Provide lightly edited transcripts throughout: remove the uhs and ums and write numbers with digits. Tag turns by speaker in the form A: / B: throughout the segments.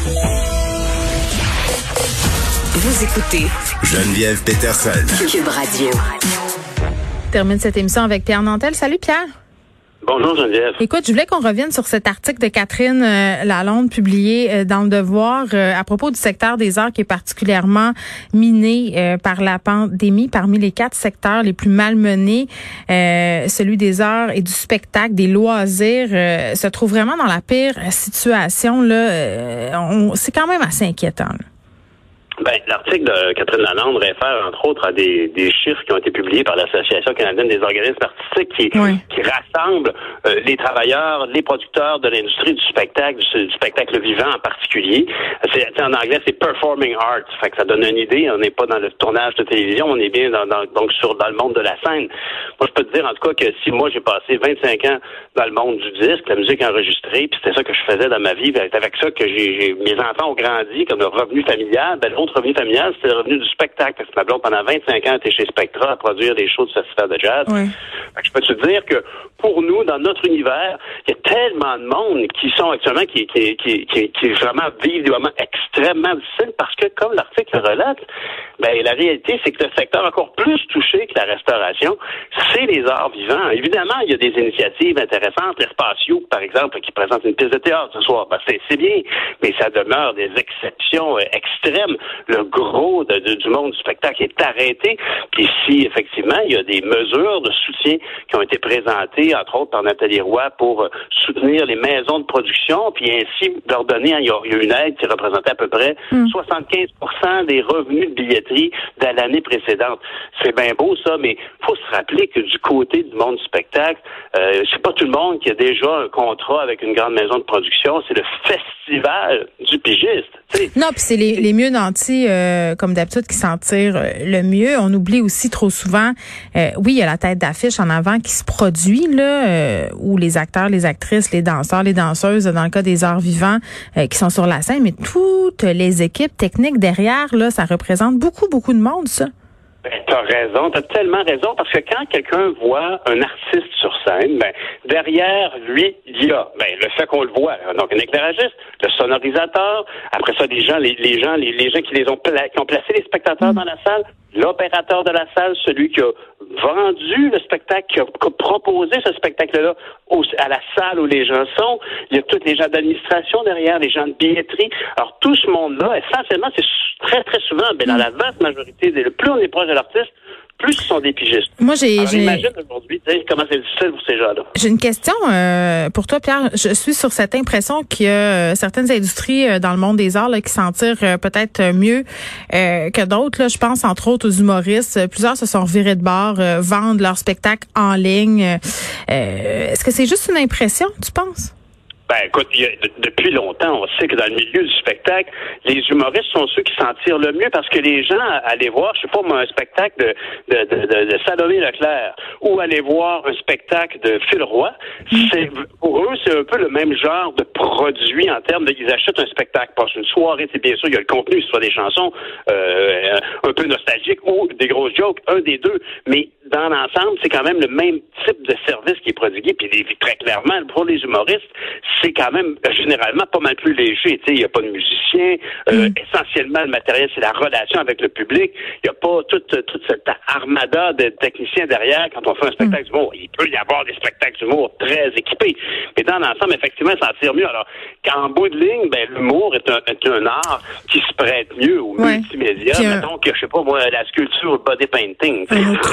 A: Vous écoutez
B: Geneviève Peterson.
A: Cube Radio.
C: On termine cette émission avec Pierre Nantel. Salut Pierre.
D: Bonjour Geneviève.
C: Écoute, je voulais qu'on revienne sur cet article de Catherine Lalonde publié dans Le Devoir à propos du secteur des arts qui est particulièrement miné par la pandémie. Parmi les 4 secteurs les plus malmenés, celui des arts et du spectacle, des loisirs, se trouve vraiment dans la pire situation. C'est quand même assez inquiétant.
D: L'article de Catherine Lalonde réfère, entre autres, à des chiffres qui ont été publiés par l'Association canadienne des organismes artistiques qui rassemble les travailleurs, les producteurs de l'industrie du spectacle vivant en particulier. En anglais, c'est performing arts. Fait que ça donne une idée. On n'est pas dans le tournage de télévision, on est bien dans le monde de la scène. Moi, je peux te dire, en tout cas, que si moi, j'ai passé 25 ans dans le monde du disque, la musique enregistrée, puis c'était ça que je faisais dans ma vie, c'est avec ça que mes enfants ont grandi comme le revenu familial. L'autre revenu familial, c'était le revenu du spectacle. Parce que ma blonde, pendant 25 ans, était chez Spectra à produire des shows de festival de jazz. Oui. Je peux te dire que pour nous, dans notre univers, il y a tellement de monde qui sont actuellement, qui vraiment vivent des moments extrêmement difficiles parce que, comme l'article relate, la réalité, c'est que le secteur encore plus touché que la restauration, c'est les arts vivants. Évidemment, il y a des initiatives intéressantes. L'Espace Youth, par exemple, qui présente une pièce de théâtre ce soir. C'est bien, mais ça demeure des exceptions extrêmes. Le gros du monde du spectacle est arrêté. Puis si, effectivement, il y a des mesures de soutien qui ont été présentées, entre autres par Nathalie Roy, pour soutenir les maisons de production, puis ainsi leur donner, il y a une aide qui représentait à peu près 75% des revenus de billetterie de l'année précédente. C'est bien beau, ça, mais faut se rappeler que du côté du monde du spectacle, c'est pas tout le monde qui a déjà un contrat avec une grande maison de production. C'est le festival du pigiste. T'sais.
C: Non, puis c'est les mieux nantis, comme d'habitude, qui s'en tirent le mieux. On oublie aussi trop souvent, oui, il y a la tête d'affiche en avant qui se produit, là, où les acteurs, les actrices, les danseurs, les danseuses, dans le cas des arts vivants, qui sont sur la scène, mais toutes les équipes techniques derrière, là, ça représente beaucoup, beaucoup de monde, ça.
D: T'as raison, t'as tellement raison, parce que quand quelqu'un voit un artiste sur scène, derrière lui, il y a le fait qu'on le voit, donc un éclairagiste, le sonorisateur, après ça, les gens qui ont placé les spectateurs dans la salle, l'opérateur de la salle, celui qui a vendu le spectacle, qui a proposé ce spectacle-là à la salle où les gens sont. Il y a tous les gens d'administration derrière, les gens de billetterie. Alors, tout ce monde-là, essentiellement, c'est très, très souvent, dans la vaste majorité, plus on est proche de l'artiste, plus ils sont des pigistes.
C: Moi,
D: j'imagine aujourd'hui, comment c'est difficile pour ces gens-là.
C: J'ai une question pour toi, Pierre. Je suis sur cette impression qu'il y a certaines industries dans le monde des arts là, qui s'en tirent peut-être mieux que d'autres. Là, je pense entre autres aux humoristes. Plusieurs se sont virés de bord, vendent leur spectacle en ligne. Est-ce que c'est juste une impression, tu penses?
D: Écoute, depuis longtemps, on sait que dans le milieu du spectacle, les humoristes sont ceux qui s'en tirent le mieux parce que les gens allaient voir, je sais pas moi, un spectacle de Salomé Leclerc ou aller voir un spectacle de Phil Roy, pour eux, c'est un peu le même genre de produit en termes ils achètent un spectacle, passent une soirée, c'est bien sûr, il y a le contenu, soit des chansons un peu nostalgiques ou des grosses jokes, un des deux, mais dans l'ensemble, c'est quand même le même type de service qui est prodigué, puis très clairement, pour les humoristes, c'est quand même généralement pas mal plus léger. Il n'y a pas de musicien. Essentiellement, le matériel, c'est la relation avec le public. Il n'y a pas toute cette armada de techniciens derrière quand on fait un spectacle d'humour. Il peut y avoir des spectacles d'humour très équipés. Mais dans l'ensemble, effectivement, ça en tire mieux. Alors, qu'en bout de ligne, l'humour est un art qui se prête mieux au multimédia. Mettons que, je sais pas moi, la sculpture, le body painting.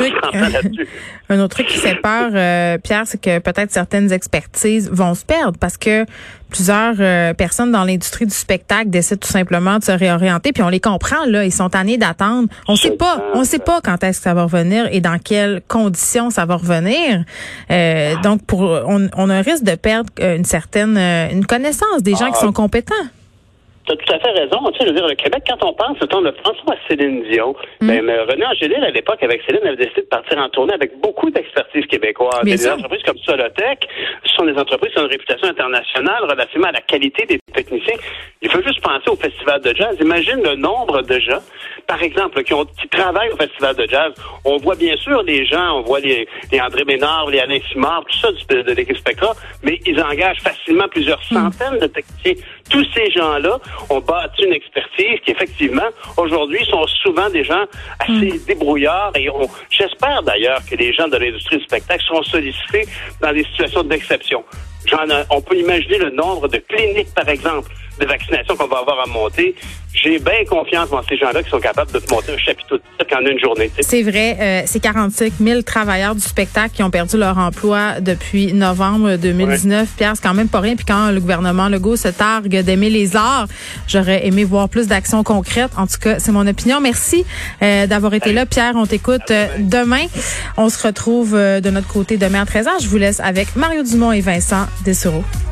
C: Un autre truc qui fait peur, Pierre, c'est que peut-être certaines expertises vont se perdre parce que plusieurs personnes dans l'industrie du spectacle décident tout simplement de se réorienter, puis on les comprend là, ils sont tannés d'attendre. On sait pas quand est-ce que ça va revenir et dans quelles conditions ça va revenir. Donc on a un risque de perdre une connaissance des gens qui sont compétents.
D: Tu as tout à fait raison. Tu sais, je veux dire, le Québec, quand on pense, on le pense à Céline Dion. René Angélil, à l'époque, avec Céline, avait décidé de partir en tournée avec beaucoup d'expertise québécoise. Des entreprises comme Solotech, ce sont des entreprises qui ont une réputation internationale relativement à la qualité des techniciens. Il faut juste penser au festival de jazz. Imagine le nombre de gens, par exemple, qui travaillent au Festival de jazz. On voit bien sûr les gens, on voit les André Ménard, les Alain Simard, tout ça de l'équipe Spectra, mais ils engagent facilement plusieurs centaines de techniciens. Tous ces gens-là ont bâti une expertise qui, effectivement, aujourd'hui, sont souvent des gens assez débrouillards et j'espère d'ailleurs que les gens de l'industrie du spectacle sont sollicités dans des situations d'exception. On peut imaginer le nombre de cliniques, par exemple, de vaccination qu'on va avoir à monter. J'ai bien confiance dans ces gens-là qui sont capables de te monter un chapiteau de ça en une journée.
C: C'est vrai, c'est 45 000 travailleurs du spectacle qui ont perdu leur emploi depuis novembre 2019. Ouais. Pierre, c'est quand même pas rien. Puis quand le gouvernement Legault se targue d'aimer les arts, j'aurais aimé voir plus d'actions concrètes. En tout cas, c'est mon opinion. Merci d'avoir été là. Pierre, on t'écoute demain. On se retrouve de notre côté demain à 13h. Je vous laisse avec Mario Dumont et Vincent Dessureau.